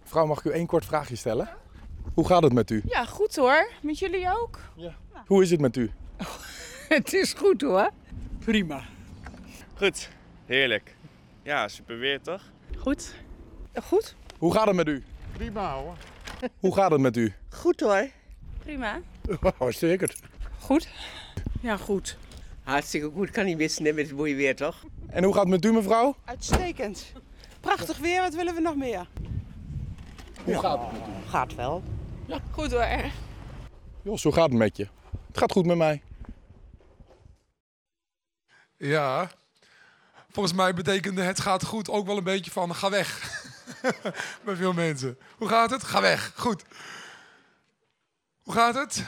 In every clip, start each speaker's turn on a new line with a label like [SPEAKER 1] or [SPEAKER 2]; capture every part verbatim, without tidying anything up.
[SPEAKER 1] Mevrouw, mag ik u één kort vraagje stellen? Hoe gaat het met u?
[SPEAKER 2] Ja, goed hoor. Met jullie ook?
[SPEAKER 1] Ja. Hoe is het met u?
[SPEAKER 2] Het is goed hoor.
[SPEAKER 3] Prima.
[SPEAKER 4] Goed, heerlijk. Ja, super weer toch?
[SPEAKER 2] Goed. Goed?
[SPEAKER 1] Hoe gaat het met u?
[SPEAKER 3] Prima hoor.
[SPEAKER 1] Hoe gaat het met u?
[SPEAKER 5] Goed hoor.
[SPEAKER 2] Prima.
[SPEAKER 1] Hartstikke.
[SPEAKER 2] Goed? Ja, goed.
[SPEAKER 5] Hartstikke goed. Kan niet missen hè, met het mooie weer, toch?
[SPEAKER 1] En hoe gaat het met u, mevrouw?
[SPEAKER 3] Uitstekend. Prachtig weer, wat willen we nog meer?
[SPEAKER 1] Hoe gaat het met u?
[SPEAKER 5] Gaat wel.
[SPEAKER 2] Goed hoor.
[SPEAKER 1] Jos, hoe gaat het met je? Het gaat goed met mij.
[SPEAKER 6] Ja, volgens mij betekende het gaat goed ook wel een beetje van ga weg. Bij veel mensen. Hoe gaat het? Ga weg. Goed. Hoe gaat het?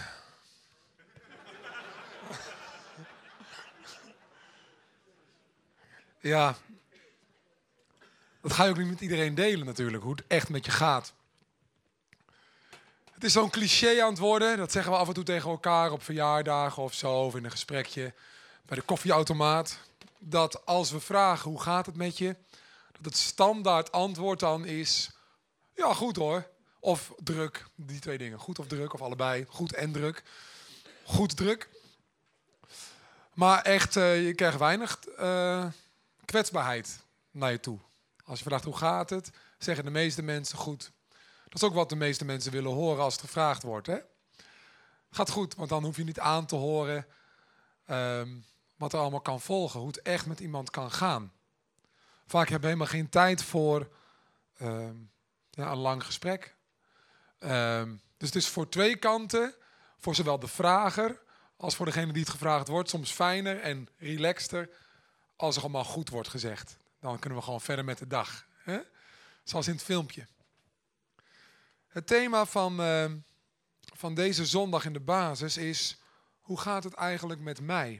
[SPEAKER 6] Ja, dat ga je ook niet met iedereen delen natuurlijk, hoe het echt met je gaat. Het is zo'n cliché aan het worden, dat zeggen we af en toe tegen elkaar op verjaardagen of zo, of in een gesprekje bij de koffieautomaat. Dat als we vragen hoe gaat het met je, dat het standaard antwoord dan is, ja goed hoor. Of druk, die twee dingen, goed of druk, of allebei, goed en druk. Goed druk. Maar echt, uh, je krijgt weinig uh, kwetsbaarheid naar je toe. Als je vraagt hoe gaat het, zeggen de meeste mensen goed. Dat is ook wat de meeste mensen willen horen als het gevraagd wordt. Hè? Gaat goed, want dan hoef je niet aan te horen um, wat er allemaal kan volgen. Hoe het echt met iemand kan gaan. Vaak hebben we helemaal geen tijd voor um, ja, een lang gesprek. Um, dus het is voor twee kanten, voor zowel de vrager als voor degene die het gevraagd wordt, soms fijner en relaxter als er allemaal goed wordt gezegd. Dan kunnen we gewoon verder met de dag. Hè? Zoals in het filmpje. Het thema van, uh, van deze zondag in de basis is, hoe gaat het eigenlijk met mij?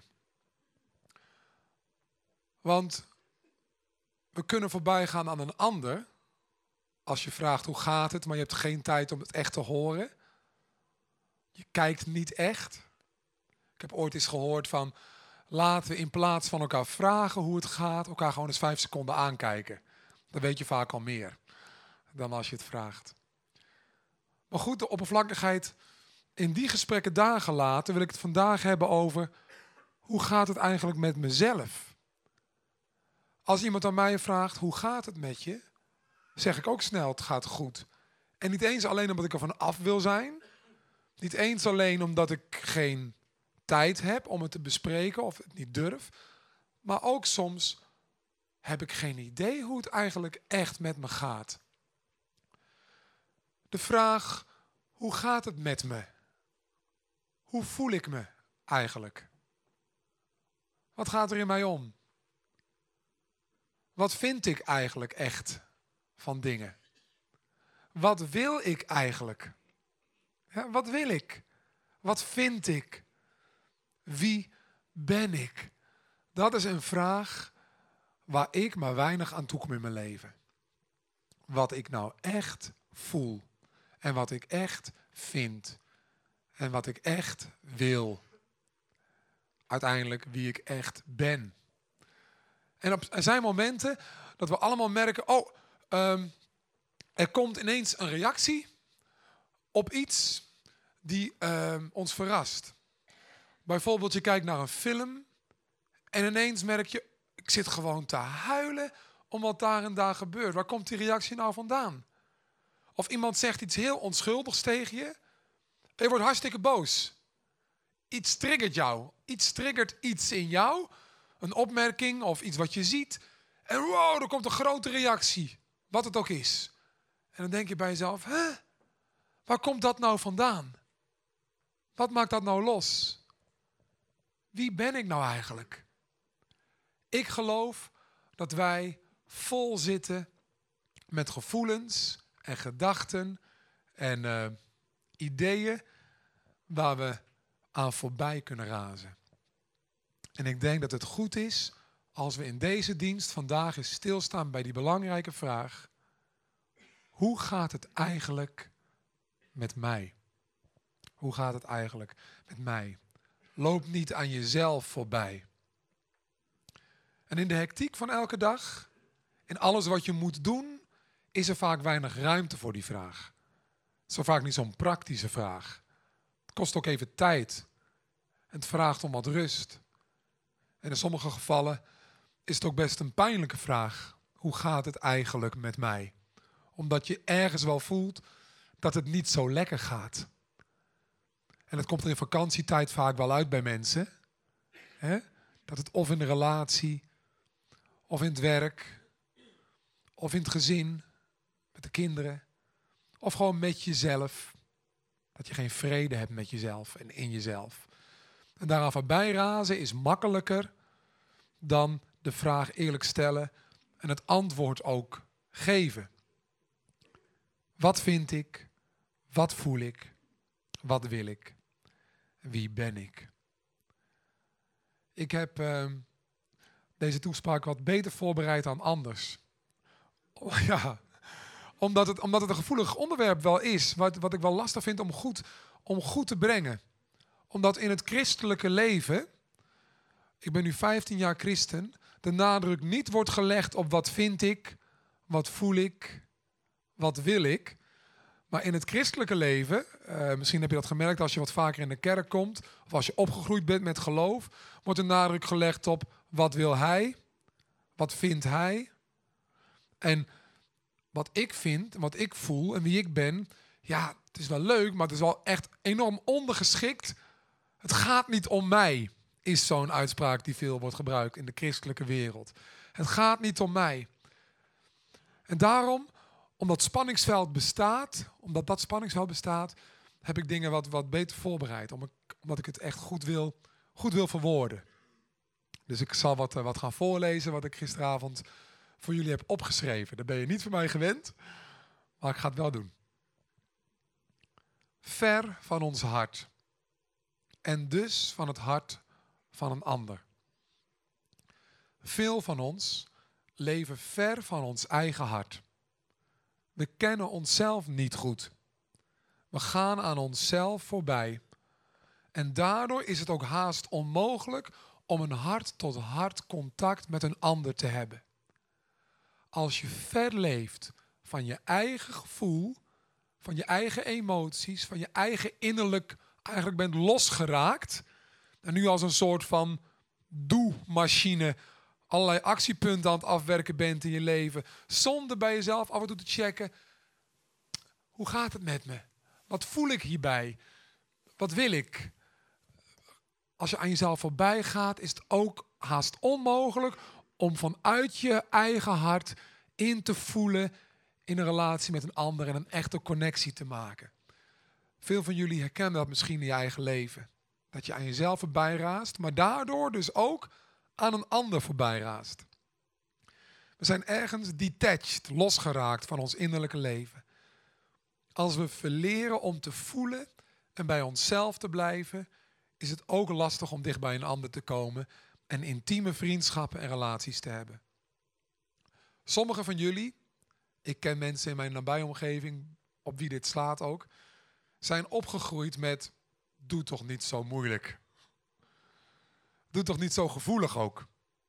[SPEAKER 6] Want we kunnen voorbij gaan aan een ander. Als je vraagt hoe gaat het, maar je hebt geen tijd om het echt te horen. Je kijkt niet echt. Ik heb ooit eens gehoord van, laten we in plaats van elkaar vragen hoe het gaat, elkaar gewoon eens vijf seconden aankijken. Dan weet je vaak al meer dan als je het vraagt. Maar goed, de oppervlakkigheid in die gesprekken daar gelaten, wil ik het vandaag hebben over, hoe gaat het eigenlijk met mezelf? Als iemand aan mij vraagt, hoe gaat het met je? Zeg ik ook snel, het gaat goed. En niet eens alleen omdat ik er van af wil zijn. Niet eens alleen omdat ik geen tijd heb om het te bespreken of het niet durf. Maar ook soms heb ik geen idee hoe het eigenlijk echt met me gaat. De vraag, hoe gaat het met me? Hoe voel ik me eigenlijk? Wat gaat er in mij om? Wat vind ik eigenlijk echt van dingen? Wat wil ik eigenlijk? Ja, wat wil ik? Wat vind ik? Wie ben ik? Dat is een vraag waar ik maar weinig aan toe kom in mijn leven. Wat ik nou echt voel. En wat ik echt vind. En wat ik echt wil. Uiteindelijk wie ik echt ben. En op, er zijn momenten dat we allemaal merken, oh, um, er komt ineens een reactie op iets die um, ons verrast. Bijvoorbeeld, je kijkt naar een film en ineens merk je, ik zit gewoon te huilen om wat daar en daar gebeurt. Waar komt die reactie nou vandaan? Of iemand zegt iets heel onschuldigs tegen je en je wordt hartstikke boos. Iets triggert jou. Iets triggert iets in jou. Een opmerking of iets wat je ziet. En wow, er komt een grote reactie. Wat het ook is. En dan denk je bij jezelf, hè? Waar komt dat nou vandaan? Wat maakt dat nou los? Wie ben ik nou eigenlijk? Ik geloof dat wij vol zitten met gevoelens en gedachten en uh, ideeën waar we aan voorbij kunnen razen. En ik denk dat het goed is als we in deze dienst vandaag eens stilstaan bij die belangrijke vraag. Hoe gaat het eigenlijk met mij? Hoe gaat het eigenlijk met mij? Loop niet aan jezelf voorbij. En in de hectiek van elke dag, in alles wat je moet doen, is er vaak weinig ruimte voor die vraag. Het is wel vaak niet zo'n praktische vraag. Het kost ook even tijd. En het vraagt om wat rust. En in sommige gevallen is het ook best een pijnlijke vraag. Hoe gaat het eigenlijk met mij? Omdat je ergens wel voelt dat het niet zo lekker gaat. En dat komt er in vakantietijd vaak wel uit bij mensen. Hè? Dat het of in de relatie, of in het werk, of in het gezin, met de kinderen, of gewoon met jezelf. Dat je geen vrede hebt met jezelf en in jezelf. En daaraan voorbij razen is makkelijker dan de vraag eerlijk stellen en het antwoord ook geven. Wat vind ik? Wat voel ik? Wat wil ik? Wie ben ik? Ik heb uh, deze toespraak wat beter voorbereid dan anders. Oh, ja, omdat het, omdat het een gevoelig onderwerp wel is, wat, wat ik wel lastig vind om goed, om goed te brengen. Omdat in het christelijke leven, ik ben nu vijftien jaar christen, de nadruk niet wordt gelegd op wat vind ik, wat voel ik, wat wil ik. Maar in het christelijke leven, uh, misschien heb je dat gemerkt als je wat vaker in de kerk komt, of als je opgegroeid bent met geloof, wordt de nadruk gelegd op wat wil hij, wat vindt hij. En wat ik vind, wat ik voel en wie ik ben, ja, het is wel leuk, maar het is wel echt enorm ondergeschikt. Het gaat niet om mij, is zo'n uitspraak die veel wordt gebruikt in de christelijke wereld. Het gaat niet om mij. En daarom, omdat spanningsveld bestaat, omdat dat spanningsveld bestaat, heb ik dingen wat, wat beter voorbereid. Omdat ik het echt goed wil, goed wil verwoorden. Dus ik zal wat, wat gaan voorlezen wat ik gisteravond voor jullie heb opgeschreven. Dat ben je niet van mij gewend, maar ik ga het wel doen. Ver van ons hart. En dus van het hart van een ander. Veel van ons leven ver van ons eigen hart. We kennen onszelf niet goed. We gaan aan onszelf voorbij. En daardoor is het ook haast onmogelijk om een hart-tot-hart contact met een ander te hebben. Als je ver leeft van je eigen gevoel, van je eigen emoties, van je eigen innerlijk, eigenlijk bent losgeraakt en nu als een soort van doe-machine allerlei actiepunten aan het afwerken bent in je leven, zonder bij jezelf af en toe te checken, hoe gaat het met me? Wat voel ik hierbij? Wat wil ik? Als je aan jezelf voorbij gaat, is het ook haast onmogelijk om vanuit je eigen hart in te voelen in een relatie met een ander en een echte connectie te maken. Veel van jullie herkennen dat misschien in je eigen leven. Dat je aan jezelf voorbij raast, maar daardoor dus ook aan een ander voorbij raast. We zijn ergens detached, losgeraakt van ons innerlijke leven. Als we verleren om te voelen en bij onszelf te blijven, is het ook lastig om dicht bij een ander te komen en intieme vriendschappen en relaties te hebben. Sommigen van jullie, ik ken mensen in mijn nabije omgeving, op wie dit slaat ook, zijn opgegroeid met, doe toch niet zo moeilijk. Doe toch niet zo gevoelig ook.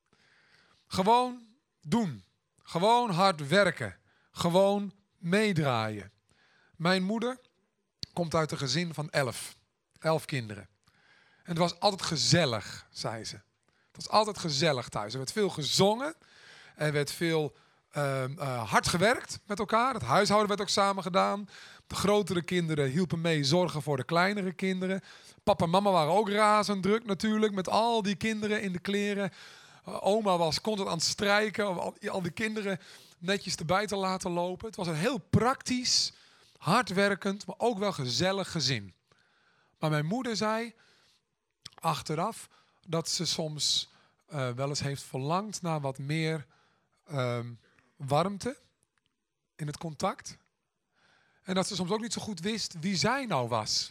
[SPEAKER 6] Gewoon doen. Gewoon hard werken. Gewoon meedraaien. Mijn moeder komt uit een gezin van elf. Elf kinderen. En het was altijd gezellig, zei ze. Het was altijd gezellig thuis. Er werd veel gezongen. Er werd veel uh, uh, hard gewerkt met elkaar. Het huishouden werd ook samen gedaan. De grotere kinderen hielpen mee zorgen voor de kleinere kinderen. Papa en mama waren ook razend druk natuurlijk. Met al die kinderen in de kleren. Uh, oma was constant aan het strijken. Om al, al die kinderen netjes erbij te laten lopen. Het was een heel praktisch, hardwerkend, maar ook wel gezellig gezin. Maar mijn moeder zei achteraf dat ze soms uh, wel eens heeft verlangd naar wat meer uh, warmte in het contact. En dat ze soms ook niet zo goed wist wie zij nou was.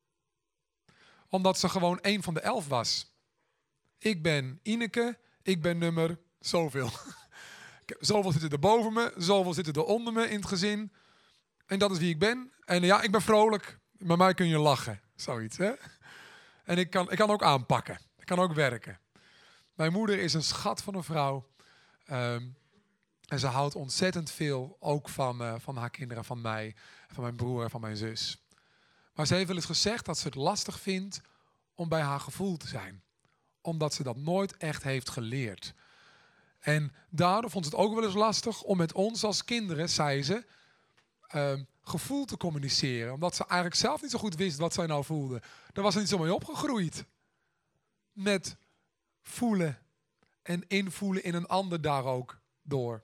[SPEAKER 6] Omdat ze gewoon één van de elf was. Ik ben Ineke, ik ben nummer zoveel. Zoveel zitten er boven me, zoveel zitten er onder me in het gezin. En dat is wie ik ben. En ja, ik ben vrolijk. Met mij kun je lachen. Zoiets, hè? En ik kan, ik kan ook aanpakken. Ik kan ook werken. Mijn moeder is een schat van een vrouw. Um, En ze houdt ontzettend veel ook van, uh, van haar kinderen, van mij, van mijn broer en van mijn zus. Maar ze heeft wel eens gezegd dat ze het lastig vindt om bij haar gevoel te zijn. Omdat ze dat nooit echt heeft geleerd. En daardoor vond ze het ook wel eens lastig om met ons als kinderen, zei ze, uh, gevoel te communiceren. Omdat ze eigenlijk zelf niet zo goed wist wat zij nou voelde. Daar was ze niet zo mee opgegroeid. Met voelen en invoelen in een ander daar ook door.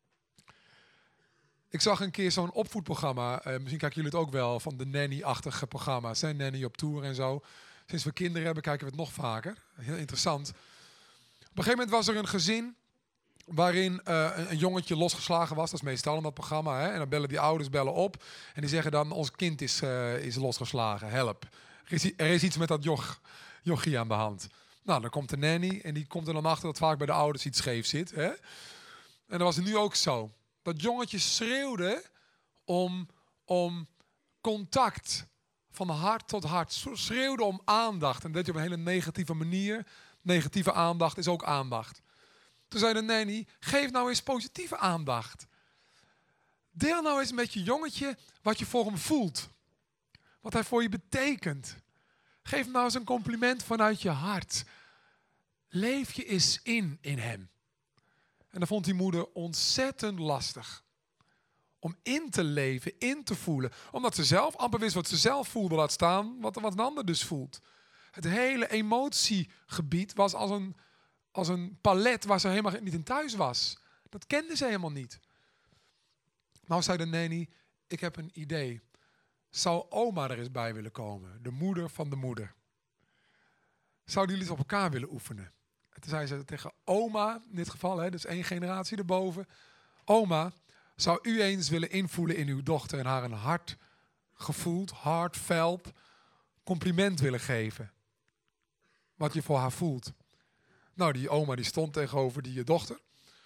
[SPEAKER 6] Ik zag een keer zo'n opvoedprogramma, uh, misschien kijken jullie het ook wel, van de nanny-achtige programma's. Hè? Nanny op tour en zo. Sinds we kinderen hebben, kijken we het nog vaker. Heel interessant. Op een gegeven moment was er een gezin waarin uh, een, een jongetje losgeslagen was. Dat is meestal in dat programma. Hè? En dan bellen die ouders bellen op. En die zeggen dan, ons kind is, uh, is losgeslagen. Help. Er is, er is iets met dat joch, jochie aan de hand. Nou, dan komt de nanny en die komt er dan achter dat vaak bij de ouders iets scheef zit. Hè? En dat was het nu ook zo. Dat jongetje schreeuwde om, om contact. Van hart tot hart. Schreeuwde om aandacht. En dat deed hij op een hele negatieve manier. Negatieve aandacht is ook aandacht. Toen zei de nanny, geef nou eens positieve aandacht. Deel nou eens met je jongetje wat je voor hem voelt. Wat hij voor je betekent. Geef hem nou eens een compliment vanuit je hart. Leef je eens in in hem. En dat vond die moeder ontzettend lastig. Om in te leven, in te voelen. Omdat ze zelf amper wist wat ze zelf voelde, laat staan wat, wat een ander dus voelt. Het hele emotiegebied was als een, als een palet waar ze helemaal niet in thuis was. Dat kende ze helemaal niet. Nou zei de nanny, ik heb een idee. Zou oma er eens bij willen komen? De moeder van de moeder. Zouden jullie het op elkaar willen oefenen? En toen zei ze tegen oma, in dit geval, hè, dus één generatie erboven. Oma, zou u eens willen invoelen in uw dochter en haar een hart gevoeld, hartveld compliment willen geven? Wat je voor haar voelt. Nou, die oma die stond tegenover die dochter.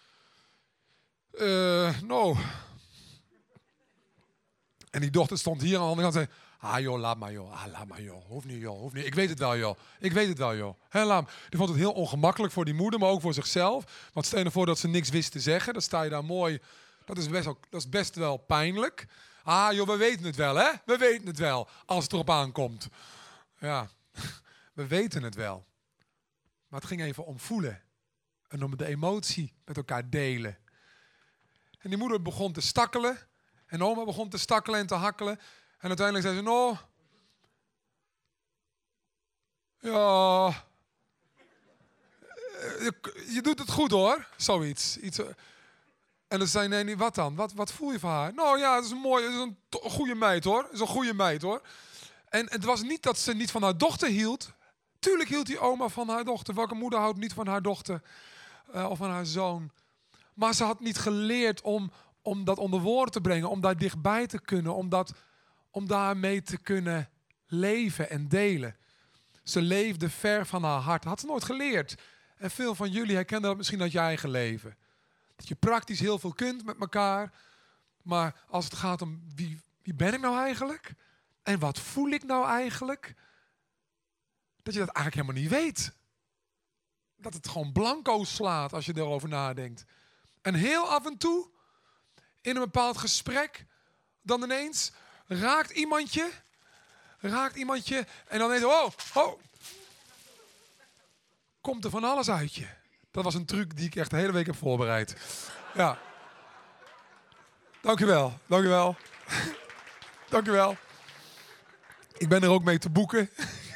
[SPEAKER 6] Uh, nou. En die dochter stond hier aan de andere kant en zei, ah joh, laat maar joh, ah, laat maar joh, hoeft niet joh, hoeft niet. Ik weet het wel joh, ik weet het wel joh. He, laat die vond het heel ongemakkelijk voor die moeder, maar ook voor zichzelf. Want stel je voor dat ze niks wist te zeggen, dan sta je daar mooi, dat is best wel, dat is best wel pijnlijk. Ah joh, we weten het wel hè, we weten het wel, als het erop aankomt. Ja, we weten het wel. Maar het ging even om voelen en om de emotie met elkaar delen. En die moeder begon te stakkelen. En oma begon te stakkelen en te hakkelen. En uiteindelijk zei ze, nou, ja, je, je doet het goed hoor, zoiets. Iets. En dan zei nee, wat dan? Wat, wat voel je van haar? Nou ja, het is een mooie, het is een to- goede meid hoor. Het is een goede meid hoor. En het was niet dat ze niet van haar dochter hield. Tuurlijk hield die oma van haar dochter. Welke moeder houdt niet van haar dochter uh, of van haar zoon? Maar ze had niet geleerd om, om dat onder woorden te brengen. Om daar dichtbij te kunnen. Om, dat, om daarmee te kunnen leven en delen. Ze leefde ver van haar hart. Had ze nooit geleerd. En veel van jullie herkennen dat misschien uit je eigen leven. Dat je praktisch heel veel kunt met elkaar. Maar als het gaat om wie, wie ben ik nou eigenlijk? En wat voel ik nou eigenlijk? Dat je dat eigenlijk helemaal niet weet. Dat het gewoon blanco slaat als je erover nadenkt. En heel af en toe, in een bepaald gesprek, dan ineens raakt iemand je, raakt iemand je, en dan ineens, oh, oh, komt er van alles uit je. Dat was een truc die ik echt de hele week heb voorbereid. Ja. Dank u wel, dank u wel. Dank u wel. Ik ben er ook mee te boeken.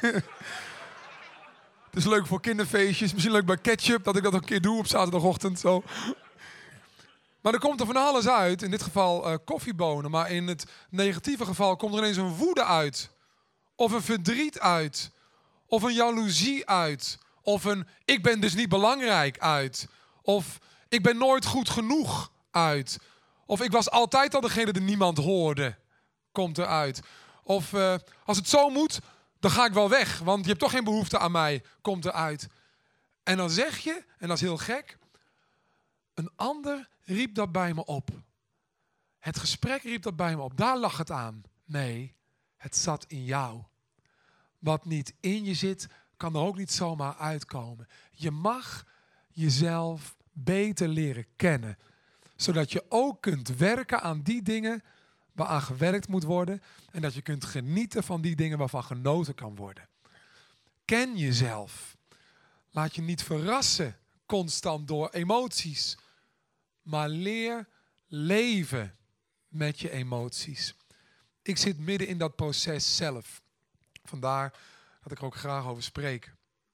[SPEAKER 6] Het is leuk voor kinderfeestjes. Misschien leuk bij ketchup, dat ik dat een keer doe op zaterdagochtend. Zo. Maar er komt er van alles uit. In dit geval uh, koffiebonen. Maar in het negatieve geval komt er ineens een woede uit. Of een verdriet uit. Of een jaloezie uit. Of een ik ben dus niet belangrijk uit. Of ik ben nooit goed genoeg uit. Of ik was altijd al degene die niemand hoorde. Komt eruit. Of uh, als het zo moet, dan ga ik wel weg. Want je hebt toch geen behoefte aan mij. Komt eruit. En dan zeg je, en dat is heel gek. Een ander riep dat bij me op. Het gesprek riep dat bij me op. Daar lag het aan. Nee, het zat in jou. Wat niet in je zit, kan er ook niet zomaar uitkomen. Je mag jezelf beter leren kennen. Zodat je ook kunt werken aan die dingen waaraan gewerkt moet worden. En dat je kunt genieten van die dingen waarvan genoten kan worden. Ken jezelf. Laat je niet verrassen constant door emoties. Maar leer leven met je emoties. Ik zit midden in dat proces zelf. Vandaar dat ik er ook graag over spreek.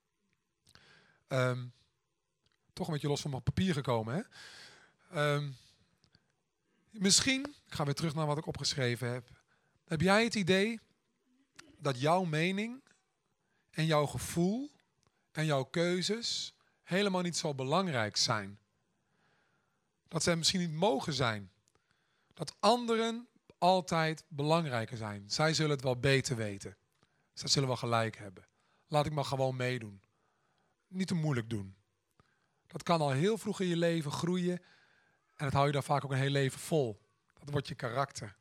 [SPEAKER 6] Um, toch een beetje los van mijn papier gekomen, hè? Um, misschien, ik ga weer terug naar wat ik opgeschreven heb. Heb jij het idee dat jouw mening en jouw gevoel en jouw keuzes helemaal niet zo belangrijk zijn? Dat zij misschien niet mogen zijn. Dat anderen altijd belangrijker zijn. Zij zullen het wel beter weten. Zij zullen wel gelijk hebben. Laat ik maar gewoon meedoen. Niet te moeilijk doen. Dat kan al heel vroeg in je leven groeien. En dat hou je dan vaak ook een heel leven vol. Dat wordt je karakter.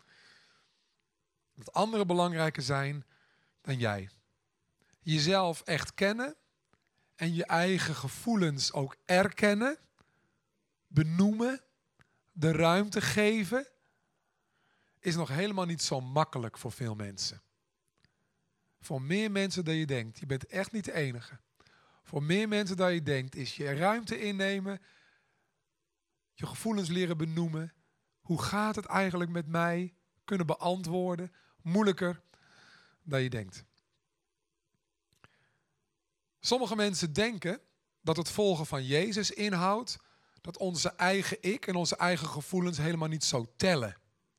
[SPEAKER 6] Dat anderen belangrijker zijn dan jij. Jezelf echt kennen. En je eigen gevoelens ook erkennen. Benoemen. De ruimte geven. Is nog helemaal niet zo makkelijk voor veel mensen. Voor meer mensen dan je denkt. Je bent echt niet de enige. Voor meer mensen dan je denkt is je ruimte innemen. Je gevoelens leren benoemen. Hoe gaat het eigenlijk met mij? Kunnen beantwoorden. Moeilijker dan je denkt. Sommige mensen denken dat het volgen van Jezus inhoudt dat onze eigen ik en onze eigen gevoelens helemaal niet zo tellen.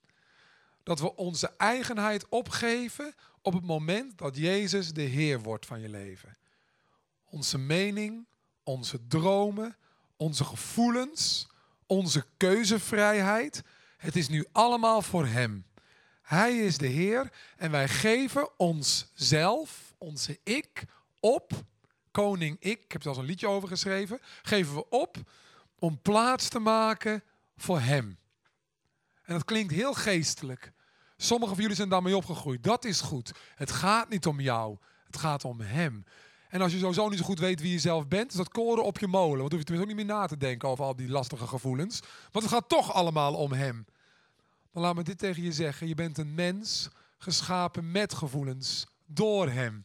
[SPEAKER 6] Dat we onze eigenheid opgeven op het moment dat Jezus de Heer wordt van je leven. Onze mening, onze dromen, onze gevoelens, onze keuzevrijheid. Het is nu allemaal voor Hem. Hij is de Heer en wij geven onszelf, onze ik, op. Koning ik, ik heb er zelfs een liedje over geschreven. Geven we op om plaats te maken voor Hem. En dat klinkt heel geestelijk. Sommigen van jullie zijn daarmee opgegroeid. Dat is goed. Het gaat niet om jou. Het gaat om Hem. En als je sowieso niet zo goed weet wie je zelf bent, is dat koren op je molen. Want dan hoef je tenminste ook niet meer na te denken over al die lastige gevoelens. Want het gaat toch allemaal om Hem. Dan laat me dit tegen je zeggen. Je bent een mens geschapen met gevoelens. Door Hem.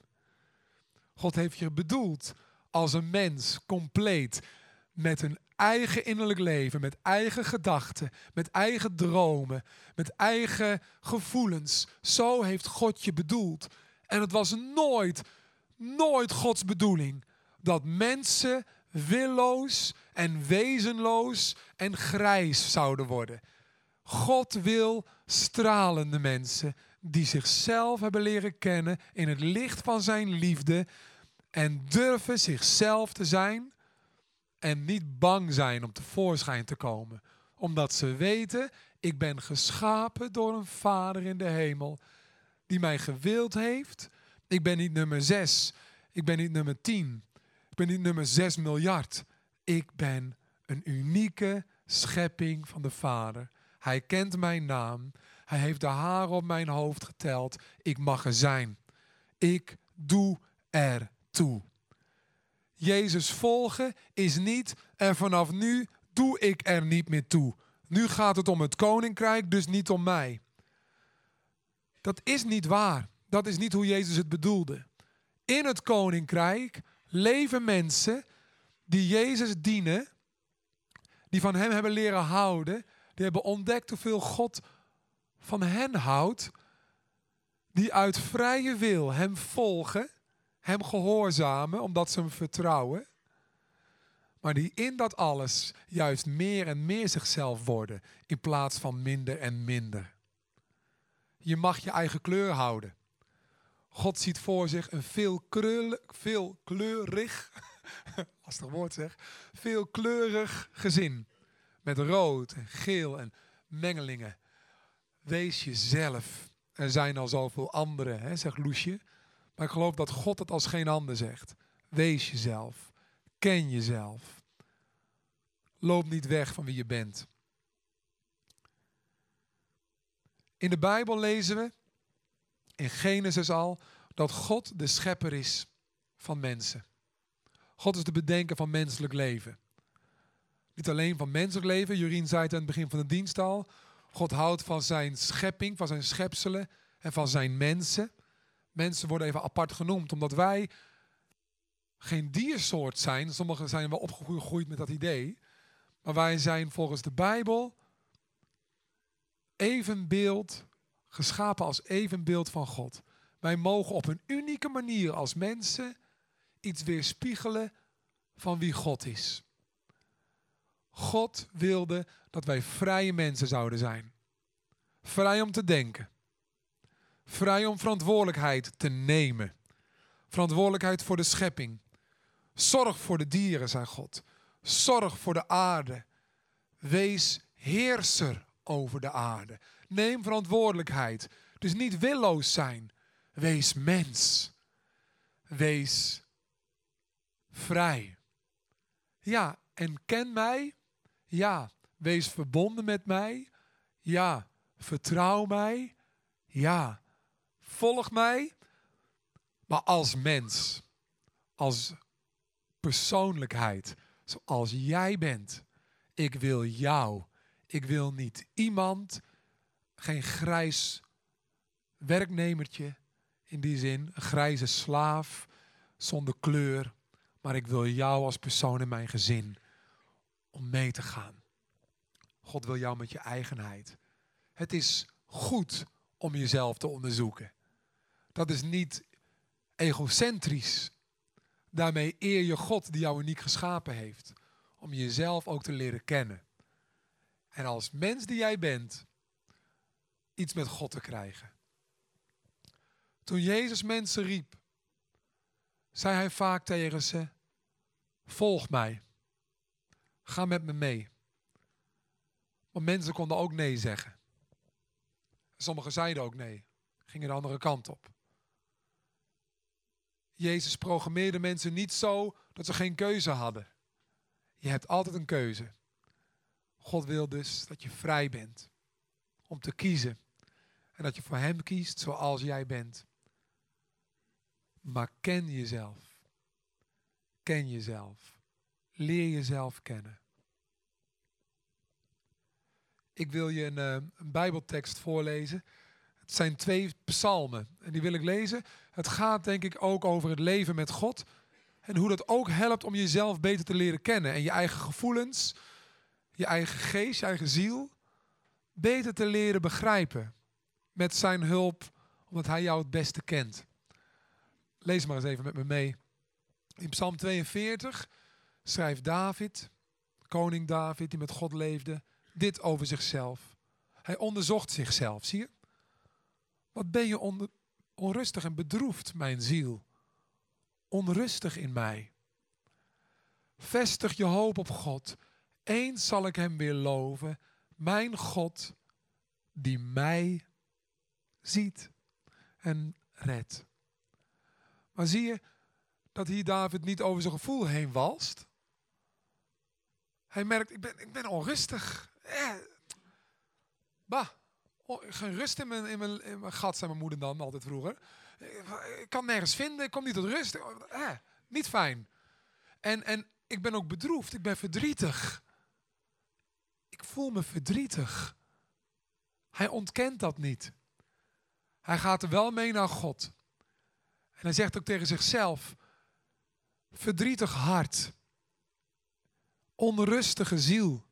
[SPEAKER 6] God heeft je bedoeld als een mens compleet. Met een eigen innerlijk leven. Met eigen gedachten. Met eigen dromen. Met eigen gevoelens. Zo heeft God je bedoeld. En het was nooit... Nooit Gods bedoeling dat mensen willoos en wezenloos en grijs zouden worden. God wil stralende mensen die zichzelf hebben leren kennen in het licht van zijn liefde en durven zichzelf te zijn en niet bang zijn om tevoorschijn te komen. Omdat ze weten, ik ben geschapen door een Vader in de hemel die mij gewild heeft. Ik ben niet nummer zes. Ik ben niet nummer tien. Ik ben niet nummer zes miljard. Ik ben een unieke schepping van de Vader. Hij kent mijn naam. Hij heeft de haren op mijn hoofd geteld. Ik mag er zijn. Ik doe er toe. Jezus volgen is niet en vanaf nu doe ik er niet meer toe. Nu gaat het om het koninkrijk, dus niet om mij. Dat is niet waar. Dat is niet hoe Jezus het bedoelde. In het koninkrijk leven mensen die Jezus dienen, die van Hem hebben leren houden, die hebben ontdekt hoeveel God van hen houdt, die uit vrije wil Hem volgen, Hem gehoorzamen omdat ze Hem vertrouwen, maar die in dat alles juist meer en meer zichzelf worden in plaats van minder en minder. Je mag je eigen kleur houden. God ziet voor zich een veelkleurig, veelkleurig, lastig woord zeg, veelkleurig gezin. Met rood en geel en mengelingen. Wees jezelf. Er zijn al zoveel anderen, hè, zegt Loesje. Maar ik geloof dat God het als geen ander zegt. Wees jezelf. Ken jezelf. Loop niet weg van wie je bent. In de Bijbel lezen we, in Genesis al, dat God de schepper is van mensen. God is de bedenker van menselijk leven. Niet alleen van menselijk leven. Jurien zei het aan het begin van de dienst al. God houdt van zijn schepping, van zijn schepselen en van zijn mensen. Mensen worden even apart genoemd, omdat wij geen diersoort zijn. Sommigen zijn wel opgegroeid met dat idee. Maar wij zijn volgens de Bijbel evenbeeld, geschapen als evenbeeld van God. Wij mogen op een unieke manier als mensen iets weerspiegelen van wie God is. God wilde dat wij vrije mensen zouden zijn. Vrij om te denken. Vrij om verantwoordelijkheid te nemen. Verantwoordelijkheid voor de schepping. Zorg voor de dieren, zei God. Zorg voor de aarde. Wees heerser over de aarde. Neem verantwoordelijkheid. Dus niet willoos zijn. Wees mens. Wees vrij. Ja, en ken mij. Ja, wees verbonden met mij. Ja, vertrouw mij. Ja, volg mij. Maar als mens. Als persoonlijkheid. Zoals jij bent. Ik wil jou. Ik wil niet iemand. Geen grijs werknemertje. In die zin, een grijze slaaf. Zonder kleur. Maar ik wil jou als persoon in mijn gezin. Om mee te gaan. God wil jou met je eigenheid. Het is goed om jezelf te onderzoeken. Dat is niet egocentrisch. Daarmee eer je God die jou uniek geschapen heeft. Om jezelf ook te leren kennen. En als mens die jij bent, iets met God te krijgen. Toen Jezus mensen riep, zei hij vaak tegen ze, volg mij. Ga met me mee. Want mensen konden ook nee zeggen. Sommigen zeiden ook nee. Gingen de andere kant op. Jezus programmeerde mensen niet zo dat ze geen keuze hadden. Je hebt altijd een keuze. God wil dus dat je vrij bent. Om te kiezen. En dat je voor hem kiest zoals jij bent. Maar ken jezelf. Ken jezelf. Leer jezelf kennen. Ik wil je een, uh, een Bijbeltekst voorlezen. Het zijn twee psalmen. En die wil ik lezen. Het gaat denk ik ook over het leven met God. En hoe dat ook helpt om jezelf beter te leren kennen. En je eigen gevoelens, je eigen geest, je eigen ziel. Beter te leren begrijpen. Met zijn hulp, omdat hij jou het beste kent. Lees maar eens even met me mee. In Psalm tweeënveertig schrijft David, koning David die met God leefde, dit over zichzelf. Hij onderzocht zichzelf, zie je? Wat ben je onder, onrustig en bedroefd, mijn ziel. Onrustig in mij. Vestig je hoop op God. Eens zal ik hem weer loven. Mijn God die mij ziet en redt. Maar zie je dat hier David niet over zijn gevoel heen walst? Hij merkt, ik ben, ik ben onrustig. Eh. Bah, oh, geen rust in mijn, in, mijn, in mijn gat, zei mijn moeder dan altijd vroeger. Ik kan nergens vinden, ik kom niet tot rust. Eh, niet fijn. En, en ik ben ook bedroefd, ik ben verdrietig. Ik voel me verdrietig. Hij ontkent dat niet. Hij gaat er wel mee naar God. En hij zegt ook tegen zichzelf, verdrietig hart, onrustige ziel.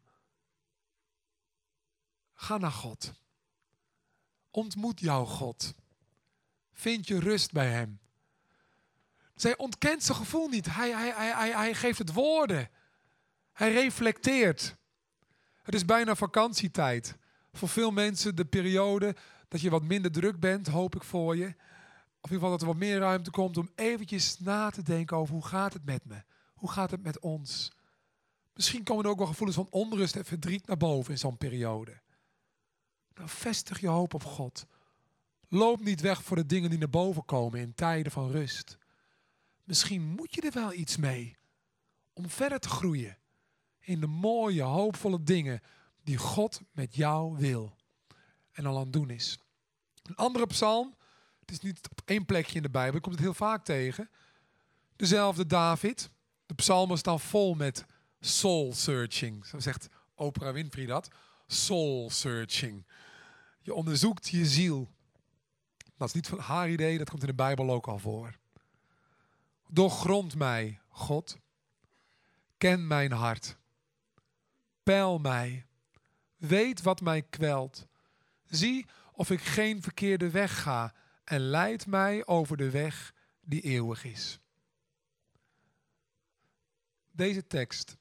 [SPEAKER 6] Ga naar God. Ontmoet jouw God. Vind je rust bij hem. Zij ontkent zijn gevoel niet. Hij, hij, hij, hij, hij geeft het woorden. Hij reflecteert. Het is bijna vakantietijd. Voor veel mensen de periode dat je wat minder druk bent, hoop ik voor je. Of in ieder geval dat er wat meer ruimte komt om eventjes na te denken over hoe gaat het met me? Hoe gaat het met ons? Misschien komen er ook wel gevoelens van onrust en verdriet naar boven in zo'n periode. Dan vestig je hoop op God. Loop niet weg voor de dingen die naar boven komen in tijden van rust. Misschien moet je er wel iets mee om verder te groeien in de mooie, hoopvolle dingen die God met jou wil en al aan het doen is. Een andere psalm, het is niet op één plekje in de Bijbel, je komt het heel vaak tegen. Dezelfde David. De psalmen staan vol met Soul searching. Zo zegt Oprah Winfrey dat. Soul searching. Je onderzoekt je ziel. Dat is niet van haar idee, dat komt in de Bijbel ook al voor. Doorgrond mij, God. Ken mijn hart. Peil mij. Weet wat mij kwelt. Zie of ik geen verkeerde weg ga en leid mij over de weg die eeuwig is. Deze tekst.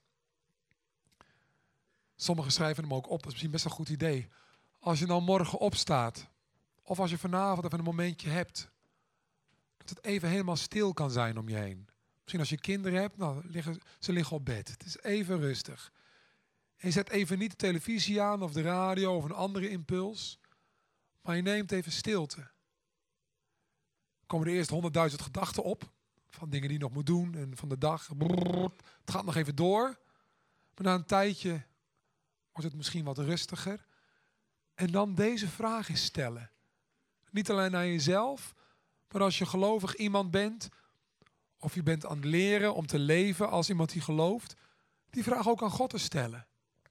[SPEAKER 6] Sommigen schrijven hem ook op, dat is misschien best een goed idee. Als je nou morgen opstaat, of als je vanavond even een momentje hebt, dat het even helemaal stil kan zijn om je heen. Misschien als je kinderen hebt, nou, liggen, ze liggen op bed. Het is even rustig. En je zet even niet de televisie aan of de radio of een andere impuls. Maar je neemt even stilte. Er komen er eerst honderdduizend gedachten op. Van dingen die je nog moet doen en van de dag. Brrr, het gaat nog even door. Maar na een tijdje wordt het misschien wat rustiger. En dan deze vraag eens stellen. Niet alleen naar jezelf, maar als je gelovig iemand bent, of je bent aan het leren om te leven als iemand die gelooft, die vraag ook aan God te stellen.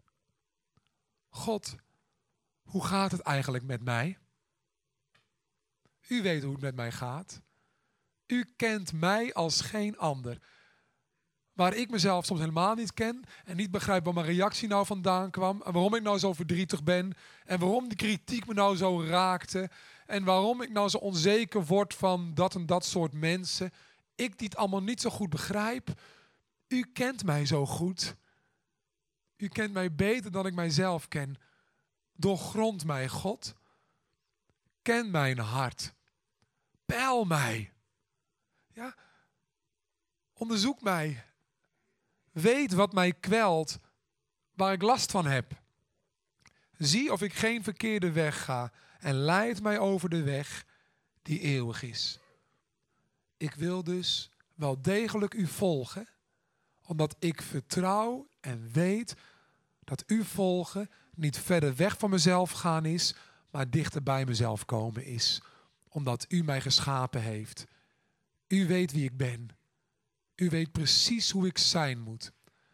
[SPEAKER 6] God, hoe gaat het eigenlijk met mij? U weet hoe het met mij gaat. U kent mij als geen ander. Waar ik mezelf soms helemaal niet ken en niet begrijp waar mijn reactie nou vandaan kwam en waarom ik nou zo verdrietig ben en waarom die kritiek me nou zo raakte en waarom ik nou zo onzeker word van dat en dat soort mensen. Ik die het allemaal niet zo goed begrijp. U kent mij zo goed. U kent mij beter dan ik mijzelf ken. Doorgrond mij, God. Ken mijn hart. Peil mij. Ja? Onderzoek mij. Weet wat mij kwelt, waar ik last van heb. Zie of ik geen verkeerde weg ga en leid mij over de weg die eeuwig is. Ik wil dus wel degelijk u volgen, omdat ik vertrouw en weet dat u volgen niet verder weg van mezelf gaan is, maar dichter bij mezelf komen is. Omdat u mij geschapen heeft. U weet wie ik ben. U weet precies hoe ik zijn moet.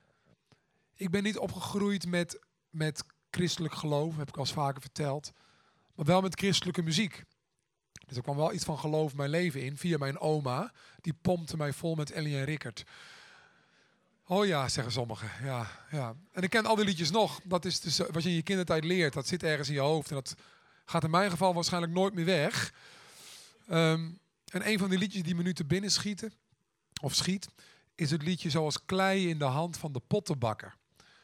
[SPEAKER 6] Ik ben niet opgegroeid met, met christelijk geloof, heb ik al eens vaker verteld. Maar wel met christelijke muziek. Dus er kwam wel iets van geloof in mijn leven in, via mijn oma. Die pompte mij vol met Ellie en Rickert. Oh ja, zeggen sommigen. Ja, ja. En ik ken al die liedjes nog. Dat is dus wat je in je kindertijd leert. Dat zit ergens in je hoofd. En dat gaat in mijn geval waarschijnlijk nooit meer weg. Um, en een van die liedjes die me nu te binnen schieten, of schiet, is het liedje Zoals klei in de hand van de pottenbakker.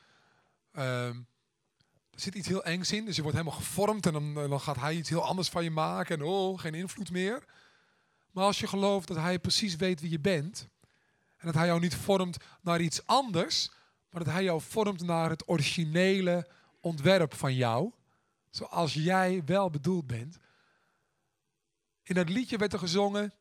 [SPEAKER 6] Um, er zit iets heel engs in, dus je wordt helemaal gevormd en dan, dan gaat hij iets heel anders van je maken en oh, geen invloed meer. Maar als je gelooft dat hij precies weet wie je bent en dat hij jou niet vormt naar iets anders, maar dat hij jou vormt naar het originele ontwerp van jou, zoals jij wel bedoeld bent. In dat liedje werd er gezongen: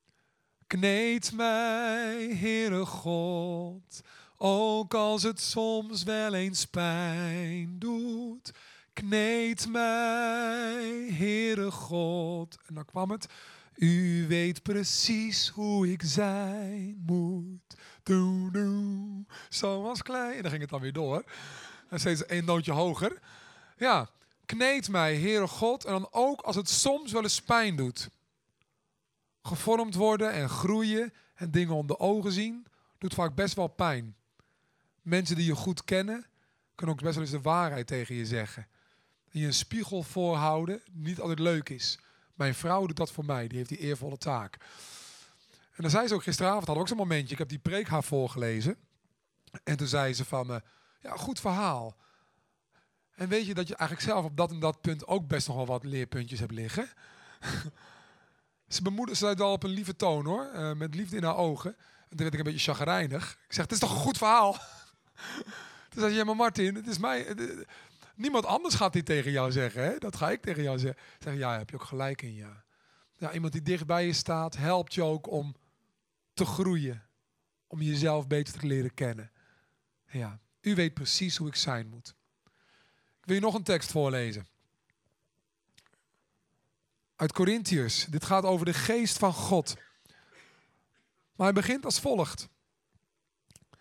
[SPEAKER 6] kneed mij, Heere God, ook als het soms wel eens pijn doet. Kneed mij, Heere God. En dan kwam het: u weet precies hoe ik zijn moet. Doe, doe, zoals klei. En dan ging het dan weer door. En steeds één nootje hoger. Ja, kneed mij, Heere God. En dan ook als het soms wel eens pijn doet. Gevormd worden en groeien en dingen onder ogen zien, doet vaak best wel pijn. Mensen die je goed kennen, kunnen ook best wel eens de waarheid tegen je zeggen. En je een spiegel voorhouden, niet altijd leuk is. Mijn vrouw doet dat voor mij, die heeft die eervolle taak. En dan zei ze ook gisteravond, had ook zo'n momentje, ik heb die preek haar voorgelezen. En toen zei ze van, uh, ja, goed verhaal. En weet je dat je eigenlijk zelf op dat en dat punt ook best nog wel wat leerpuntjes hebt liggen? Ze bemoedigde, ze zei het al op een lieve toon hoor, uh, met liefde in haar ogen. En toen werd ik een beetje chagrijnig. Ik zeg, het is toch een goed verhaal? Toen zei ze, ja maar Martin, het is mij... Het, niemand anders gaat dit tegen jou zeggen, hè? Dat ga ik tegen jou zeggen. Ik zeg, ja, heb je ook gelijk in, ja. Ja, iemand die dicht bij je staat, helpt je ook om te groeien. Om jezelf beter te leren kennen. Ja, u weet precies hoe ik zijn moet. Ik wil je nog een tekst voorlezen. Uit Korintiërs. Dit gaat over de geest van God. Maar hij begint als volgt.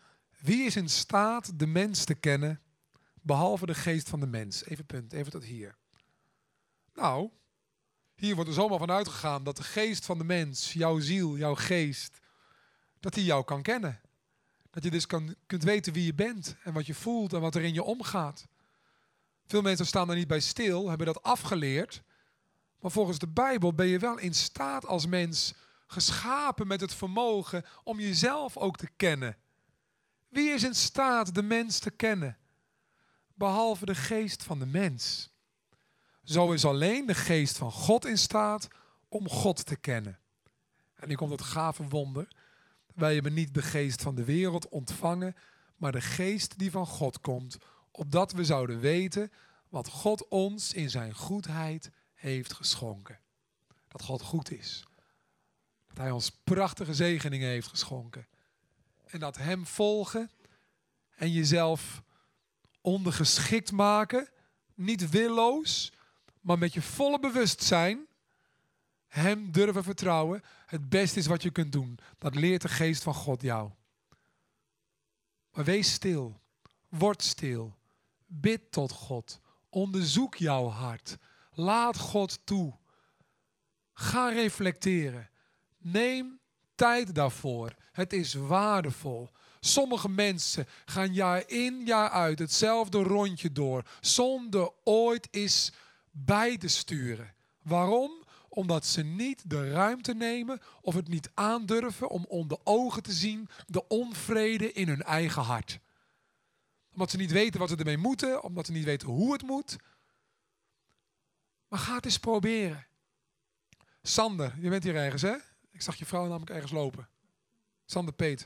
[SPEAKER 6] Wie is in staat de mens te kennen, behalve de geest van de mens? Even punt, even tot hier. Nou, hier wordt er zomaar van uitgegaan dat de geest van de mens, jouw ziel, jouw geest, dat die jou kan kennen. Dat je dus kan, kunt weten wie je bent en wat je voelt en wat er in je omgaat. Veel mensen staan er niet bij stil, hebben dat afgeleerd. Maar volgens de Bijbel ben je wel in staat als mens, geschapen met het vermogen om jezelf ook te kennen. Wie is in staat de mens te kennen? Behalve de geest van de mens. Zo is alleen de geest van God in staat om God te kennen. En nu komt het gave wonder. Wij hebben niet de geest van de wereld ontvangen, maar de geest die van God komt, opdat we zouden weten wat God ons in zijn goedheid heeft geschonken. Dat God goed is. Dat hij ons prachtige zegeningen heeft geschonken. En dat hem volgen en jezelf ondergeschikt maken, niet willoos, maar met je volle bewustzijn, hem durven vertrouwen, het beste is wat je kunt doen. Dat leert de geest van God jou. Maar wees stil, word stil, bid tot God, onderzoek jouw hart, laat God toe. Ga reflecteren, neem tijd daarvoor. Het is waardevol. Sommige mensen gaan jaar in, jaar uit hetzelfde rondje door, zonder ooit eens bij te sturen. Waarom? Omdat ze niet de ruimte nemen of het niet aandurven om onder ogen te zien de onvrede in hun eigen hart. Omdat ze niet weten wat ze ermee moeten, omdat ze niet weten hoe het moet. Maar ga het eens proberen. Sander, je bent hier ergens, hè? Ik zag je vrouw namelijk ergens lopen. Sander Peet.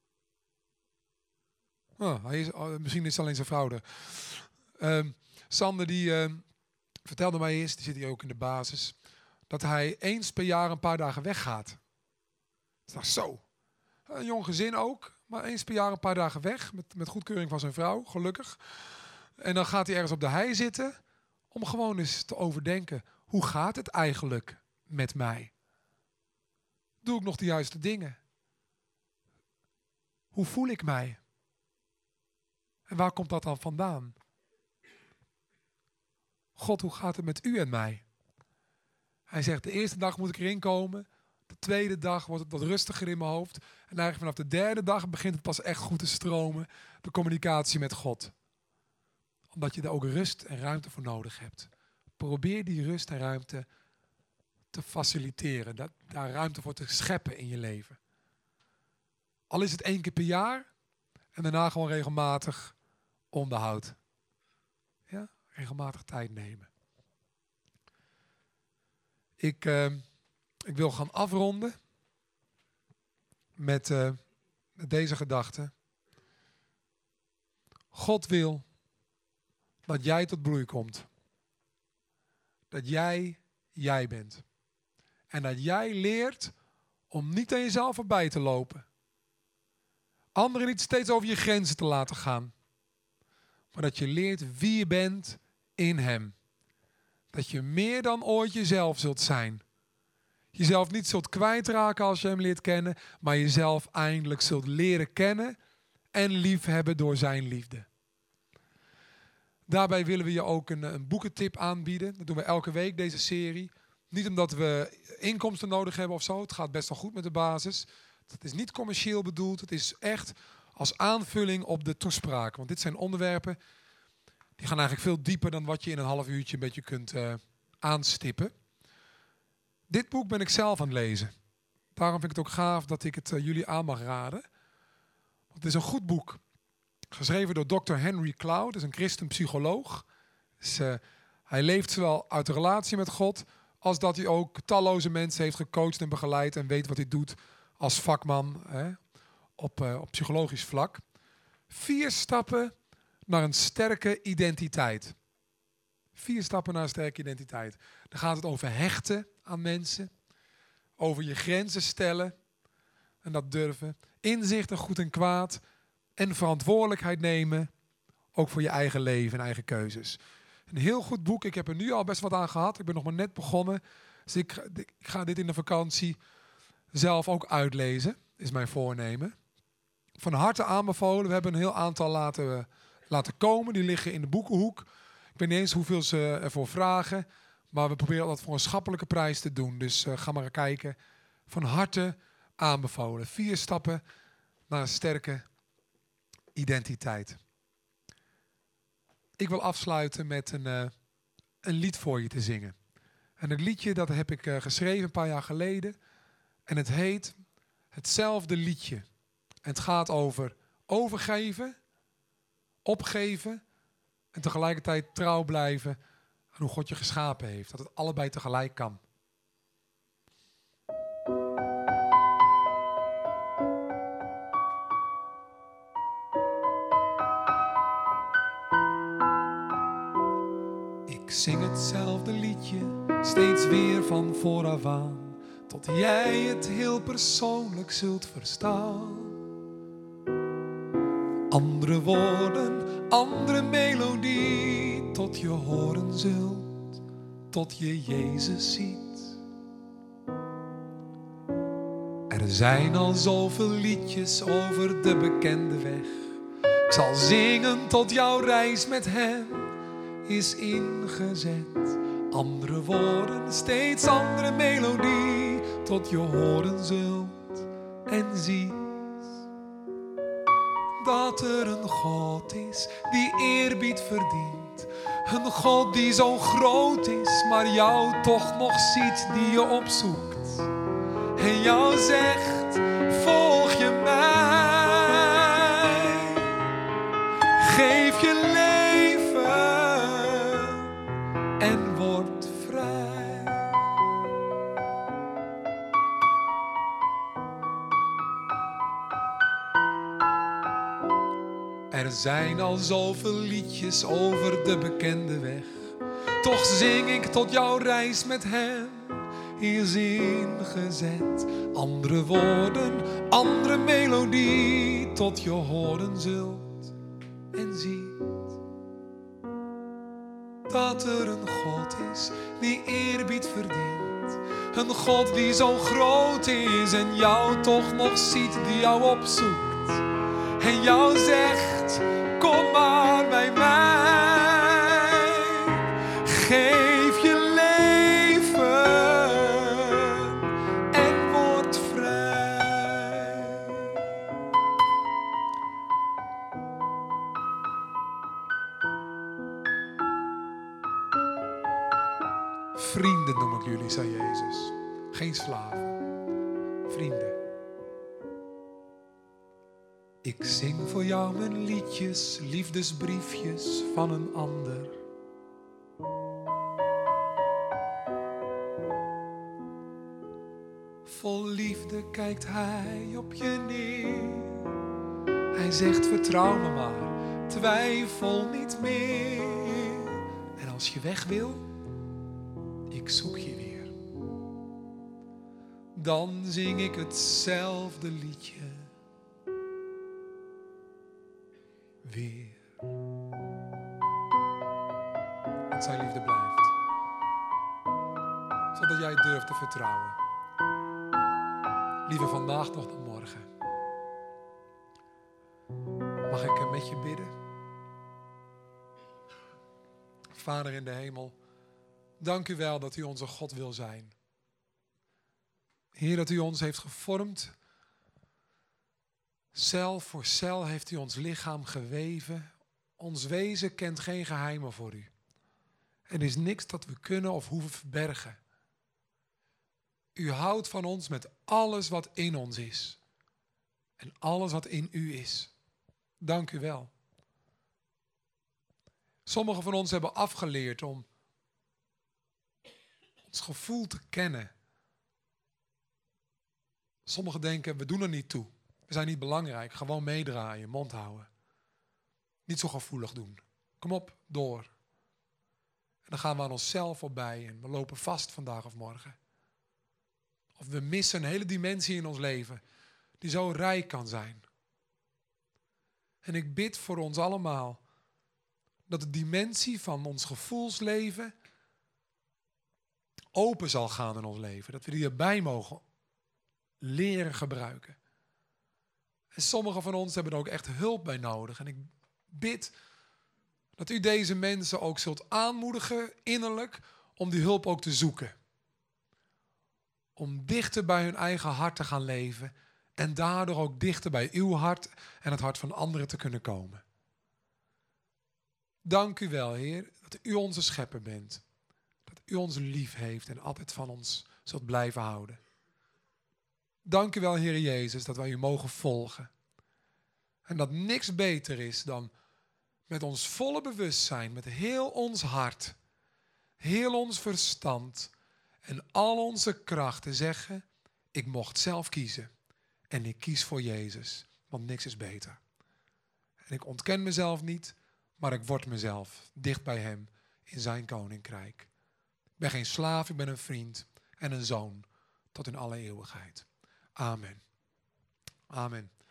[SPEAKER 6] Oh, hij is, oh, misschien is het alleen zijn vrouw er. Uh, Sander die uh, vertelde mij eens, die zit hier ook in de basis, dat hij eens per jaar een paar dagen weggaat. Ik dacht zo. Een jong gezin ook, maar eens per jaar een paar dagen weg, met, met goedkeuring van zijn vrouw, gelukkig. En dan gaat hij ergens op de hei zitten, om gewoon eens te overdenken, hoe gaat het eigenlijk met mij? Doe ik nog de juiste dingen? Hoe voel ik mij? En waar komt dat dan vandaan? God, hoe gaat het met u en mij? Hij zegt, de eerste dag moet ik erin komen. De tweede dag wordt het wat rustiger in mijn hoofd. En eigenlijk vanaf de derde dag begint het pas echt goed te stromen. De communicatie met God. Omdat je daar ook rust en ruimte voor nodig hebt. Probeer die rust en ruimte te faciliteren. Dat, daar ruimte voor te scheppen in je leven. Al is het één keer per jaar. En daarna gewoon regelmatig onderhoud. Ja, regelmatig tijd nemen. Ik, uh, ik wil gaan afronden met, uh, met deze gedachte. God wil dat jij tot bloei komt. Dat jij jij bent. En dat jij leert om niet aan jezelf voorbij te lopen. Anderen niet steeds over je grenzen te laten gaan. Maar dat je leert wie je bent in hem. Dat je meer dan ooit jezelf zult zijn. Jezelf niet zult kwijtraken als je hem leert kennen. Maar jezelf eindelijk zult leren kennen. En liefhebben door zijn liefde. Daarbij willen we je ook een, een boekentip aanbieden. Dat doen we elke week, deze serie. Niet omdat we inkomsten nodig hebben of zo. Het gaat best wel goed met de basis. Het is niet commercieel bedoeld. Het is echt als aanvulling op de toespraak. Want dit zijn onderwerpen die gaan eigenlijk veel dieper dan wat je in een half uurtje een beetje kunt uh, aanstippen. Dit boek ben ik zelf aan het lezen. Daarom vind ik het ook gaaf dat ik het uh, jullie aan mag raden. Want het is een goed boek. Geschreven door dokter Henry Cloud. Dat is een christenpsycholoog. Dus, uh, hij leeft zowel uit de relatie met God als dat hij ook talloze mensen heeft gecoacht en begeleid en weet wat hij doet als vakman hè, op, uh, op psychologisch vlak. Vier stappen naar een sterke identiteit. Vier stappen naar een sterke identiteit. Dan gaat het over hechten aan mensen. Over je grenzen stellen. En dat durven. Inzicht in goed en kwaad. En verantwoordelijkheid nemen. Ook voor je eigen leven en eigen keuzes. Een heel goed boek. Ik heb er nu al best wat aan gehad. Ik ben nog maar net begonnen. Dus ik, ik ga dit in de vakantie zelf ook uitlezen. Is mijn voornemen. van harte aanbevolen. We hebben een heel aantal laten, laten komen. Die liggen in de boekenhoek. Ik weet niet eens hoeveel ze ervoor vragen. Maar we proberen dat voor een schappelijke prijs te doen. Dus uh, ga maar kijken. Van harte aanbevolen. Vier stappen naar een sterke identiteit. Ik wil afsluiten met een, uh, een lied voor je te zingen. En het liedje dat heb ik uh, geschreven een paar jaar geleden. En het heet Hetzelfde Liedje. En het gaat over overgeven, opgeven en tegelijkertijd trouw blijven aan hoe God je geschapen heeft. Dat het allebei tegelijk kan. Ik zing hetzelfde liedje, steeds weer van vooraf aan, tot jij het heel persoonlijk zult verstaan. Andere woorden, andere melodie, tot je horen zult, tot je Jezus ziet. Er zijn al zoveel liedjes over de bekende weg. Ik zal zingen tot jouw reis met hem is ingezet. Andere woorden, steeds andere melodie, tot je horen zult en ziet dat er een God is die eerbied verdient. Een God die zo groot is, maar jou toch nog ziet, die je opzoekt en jou zegt, volg je mij. Geef je leven en word vrij. Er zijn al zoveel liedjes over de bekende weg. Toch zing ik tot jouw reis met hem is ingezet. Andere woorden, andere melodie, tot je horen zult en ziet dat er een God is die eerbied verdient. Een God die zo groot is en jou toch nog ziet, die jou opzoekt en jou zegt, kom maar bij mij. Geef je leven en word vrij. Vrienden noem ik jullie, zei Jezus. Geen slaven. Vrienden. Ik zing voor jou mijn liedjes, liefdesbriefjes van een ander. Vol liefde kijkt hij op je neer. Hij zegt, vertrouw me maar, twijfel niet meer. En als je weg wil, ik zoek je weer. Dan zing ik hetzelfde liedje weer. Dat zijn liefde blijft. Zodat jij durft te vertrouwen. Liever vandaag nog dan morgen. Mag ik met je bidden? Vader in de hemel, dank u wel dat u onze God wil zijn. Heer, dat u ons heeft gevormd. Cel voor cel heeft u ons lichaam geweven. Ons wezen kent geen geheimen voor u. Er is niks dat we kunnen of hoeven verbergen. U houdt van ons met alles wat in ons is. En alles wat in u is. Dank u wel. Sommigen van ons hebben afgeleerd om ons gevoel te kennen. Sommigen denken, we doen er niet toe. We zijn niet belangrijk. Gewoon meedraaien, mond houden. Niet zo gevoelig doen. Kom op, door. En dan gaan we aan onszelf voorbij en we lopen vast vandaag of morgen. Of we missen een hele dimensie in ons leven die zo rijk kan zijn. En ik bid voor ons allemaal dat de dimensie van ons gevoelsleven open zal gaan in ons leven. Dat we die erbij mogen leren gebruiken. En sommigen van ons hebben er ook echt hulp bij nodig. En ik bid dat u deze mensen ook zult aanmoedigen innerlijk om die hulp ook te zoeken. Om dichter bij hun eigen hart te gaan leven en daardoor ook dichter bij uw hart en het hart van anderen te kunnen komen. Dank u wel, Heer, dat u onze schepper bent. Dat u ons lief heeft en altijd van ons zult blijven houden. Dank u wel, Heer Jezus, dat wij u mogen volgen. En dat niks beter is dan met ons volle bewustzijn, met heel ons hart, heel ons verstand en al onze krachten zeggen, ik mocht zelf kiezen. En ik kies voor Jezus, want niks is beter. En ik ontken mezelf niet, maar ik word mezelf dicht bij hem in zijn koninkrijk. Ik ben geen slaaf, ik ben een vriend en een zoon tot in alle eeuwigheid. Amen. Amen.